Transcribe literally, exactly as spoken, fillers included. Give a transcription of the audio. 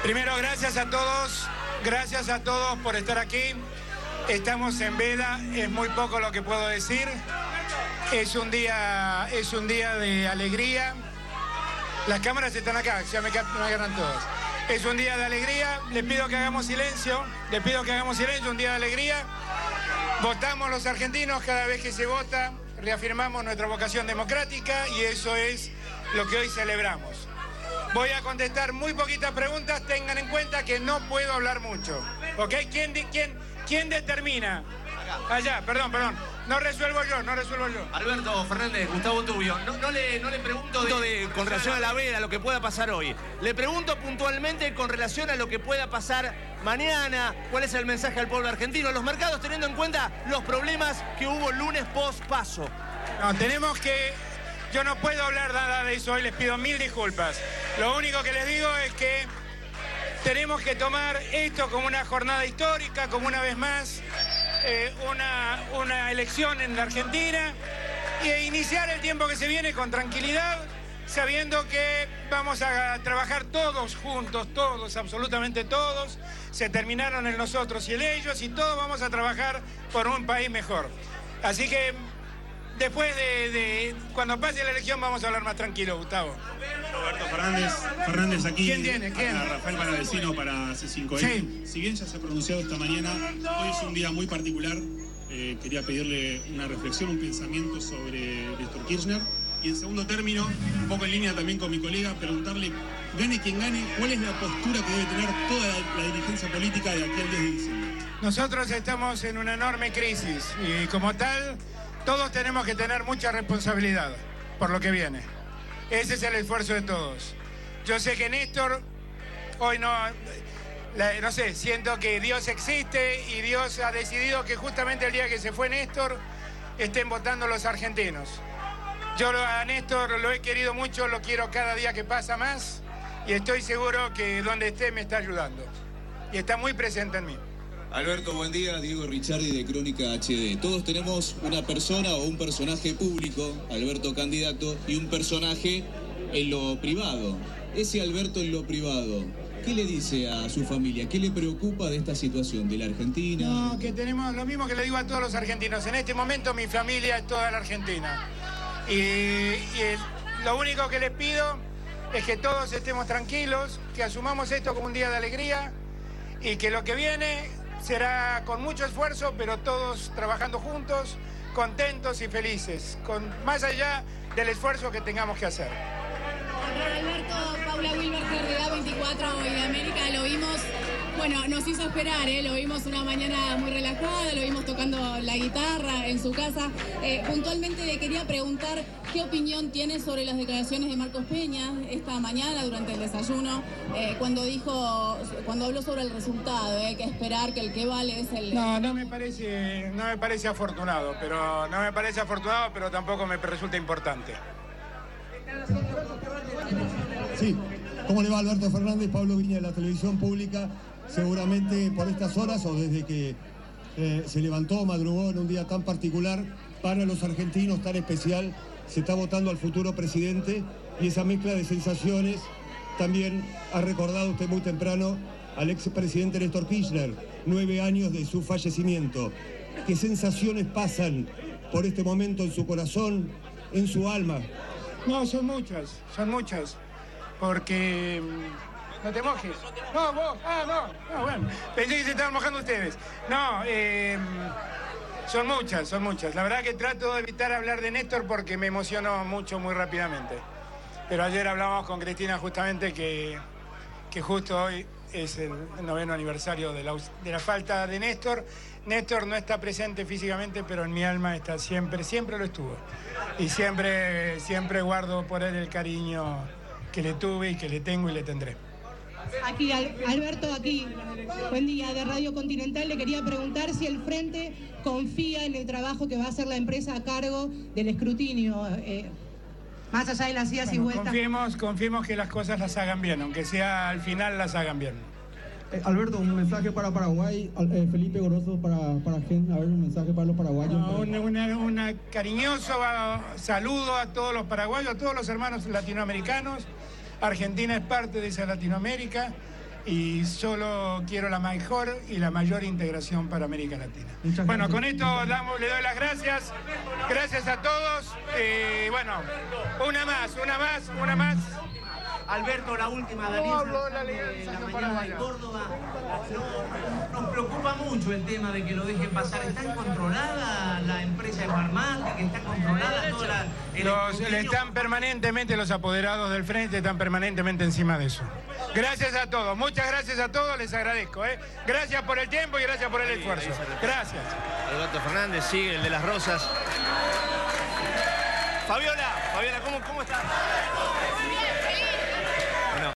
Primero, gracias a todos, gracias a todos por estar aquí. Estamos en veda, es muy poco lo que puedo decir. Es un día, es un día de alegría. Las cámaras están acá, ya me, me agarran todas. Es un día de alegría, les pido que hagamos silencio, les pido que hagamos silencio, un día de alegría. Votamos los argentinos, cada vez que se vota reafirmamos nuestra vocación democrática y eso es lo que hoy celebramos. Voy a contestar muy poquitas preguntas, tengan en cuenta que no puedo hablar mucho. ¿Ok? ¿Quién, quién, quién determina? Allá, perdón, perdón. No resuelvo yo, no resuelvo yo. Alberto Fernández, Gustavo Tubio, no, no, le, no le pregunto de, de, con relación a la veda, a lo que pueda pasar hoy. Le pregunto puntualmente con relación a lo que pueda pasar mañana, cuál es el mensaje al pueblo argentino, los mercados, teniendo en cuenta los problemas que hubo lunes post-paso. No, tenemos que... Yo no puedo hablar nada de eso hoy, les pido mil disculpas. Lo único que les digo es que tenemos que tomar esto como una jornada histórica, como una vez más eh, una, una elección en la Argentina e iniciar el tiempo que se viene con tranquilidad, sabiendo que vamos a trabajar todos juntos, todos, absolutamente todos. Se terminaron el nosotros y el ellos y todos vamos a trabajar por un país mejor. Así que después de, de cuando pase la elección vamos a hablar más tranquilo, Gustavo. Roberto Fernández, Fernández aquí. ¿Quién tiene? ¿Quién? A Rafael Palavecino para C cinco N. Sí. Si bien ya se ha pronunciado esta mañana, hoy es un día muy particular. Eh, quería pedirle una reflexión, un pensamiento sobre Néstor Kirchner. Y en segundo término, un poco en línea también con mi colega, preguntarle, gane quien gane, ¿cuál es la postura que debe tener toda la, la dirigencia política de aquí al diez de diciembre? Nosotros estamos en una enorme crisis y como tal, todos tenemos que tener mucha responsabilidad por lo que viene. Ese es el esfuerzo de todos. Yo sé que Néstor, hoy no, la, no sé, siento que Dios existe y Dios ha decidido que justamente el día que se fue Néstor, estén votando los argentinos. Yo a Néstor lo he querido mucho, lo quiero cada día que pasa más y estoy seguro que donde esté me está ayudando. Y está muy presente en mí. Alberto, buen día. Diego Ricciardi de Crónica H D. Todos tenemos una persona o un personaje público, Alberto candidato, y un personaje en lo privado. Ese Alberto en lo privado, ¿qué le dice a su familia? ¿Qué le preocupa de esta situación de la Argentina? No, que tenemos lo mismo que le digo a todos los argentinos. En este momento mi familia es toda la Argentina. Y, y el, lo único que les pido es que todos estemos tranquilos, que asumamos esto como un día de alegría y que lo que viene será con mucho esfuerzo, pero todos trabajando juntos, contentos y felices, con, más allá del esfuerzo que tengamos que hacer. Alberto, Paula Wilberger de A veinticuatro y América, lo vimos, bueno, nos hizo esperar, ¿eh? Lo vimos una mañana muy relajada, lo vimos tocando la guitarra en su casa. Eh, puntualmente le quería preguntar qué opinión tiene sobre las declaraciones de Marcos Peña esta mañana durante el desayuno, eh, cuando dijo, cuando habló sobre el resultado, eh, que esperar, que el que vale es el... No, no me parece, no me parece afortunado, pero no me parece afortunado, pero tampoco me resulta importante. Sí, ¿cómo le va Alberto Fernández? Pablo Viña de la Televisión Pública. Seguramente por estas horas o desde que eh, se levantó, madrugó en un día tan particular para los argentinos, tan especial, se está votando al futuro presidente y esa mezcla de sensaciones también ha recordado usted muy temprano al expresidente Néstor Kirchner, nueve años de su fallecimiento. ¿Qué sensaciones pasan por este momento en su corazón, en su alma? No, son muchas, son muchas, porque... No te mojes. No, vos. Ah, no. No, bueno. Pensé que se estaban mojando ustedes. No, eh, son muchas, son muchas. La verdad que trato de evitar hablar de Néstor porque me emocionó mucho, muy rápidamente. Pero ayer hablamos con Cristina justamente que, que justo hoy es el noveno aniversario de la, de la falta de Néstor. Néstor no está presente físicamente, pero en mi alma está siempre, siempre lo estuvo. Y siempre, siempre guardo por él el cariño que le tuve y que le tengo y le tendré. Aquí, Alberto, aquí, buen día, de Radio Continental. Le quería preguntar si el Frente confía en el trabajo que va a hacer la empresa a cargo del escrutinio, eh, más allá de las idas bueno, y vueltas. Confiemos, confiemos que las cosas las hagan bien, aunque sea al final las hagan bien. Eh, Alberto, un mensaje para Paraguay, eh, Felipe Goroso para, para gente, a ver, un mensaje para los paraguayos. No, un una, una cariñoso saludo a todos los paraguayos, a todos los hermanos latinoamericanos. Argentina es parte de esa Latinoamérica y solo quiero la mejor y la mayor integración para América Latina. Muchas bueno, gracias. con esto damos, le doy las gracias. Gracias a todos. Y bueno, una más, una más, una más. Alberto, la última, Daniel Salazar de la mañana de Córdoba. No, nos preocupa mucho el tema de que lo dejen pasar. ¿Está controlada la empresa de Farmate? ¿Que está controlada toda la, el Los, le están permanentemente, los apoderados del frente están permanentemente encima de eso. Gracias a todos, muchas gracias a todos, les agradezco. ¿eh? Gracias por el tiempo y gracias por el esfuerzo. Gracias. Alberto Fernández sigue, el de las rosas. Fabiola, Fabiola, ¿cómo, cómo estás?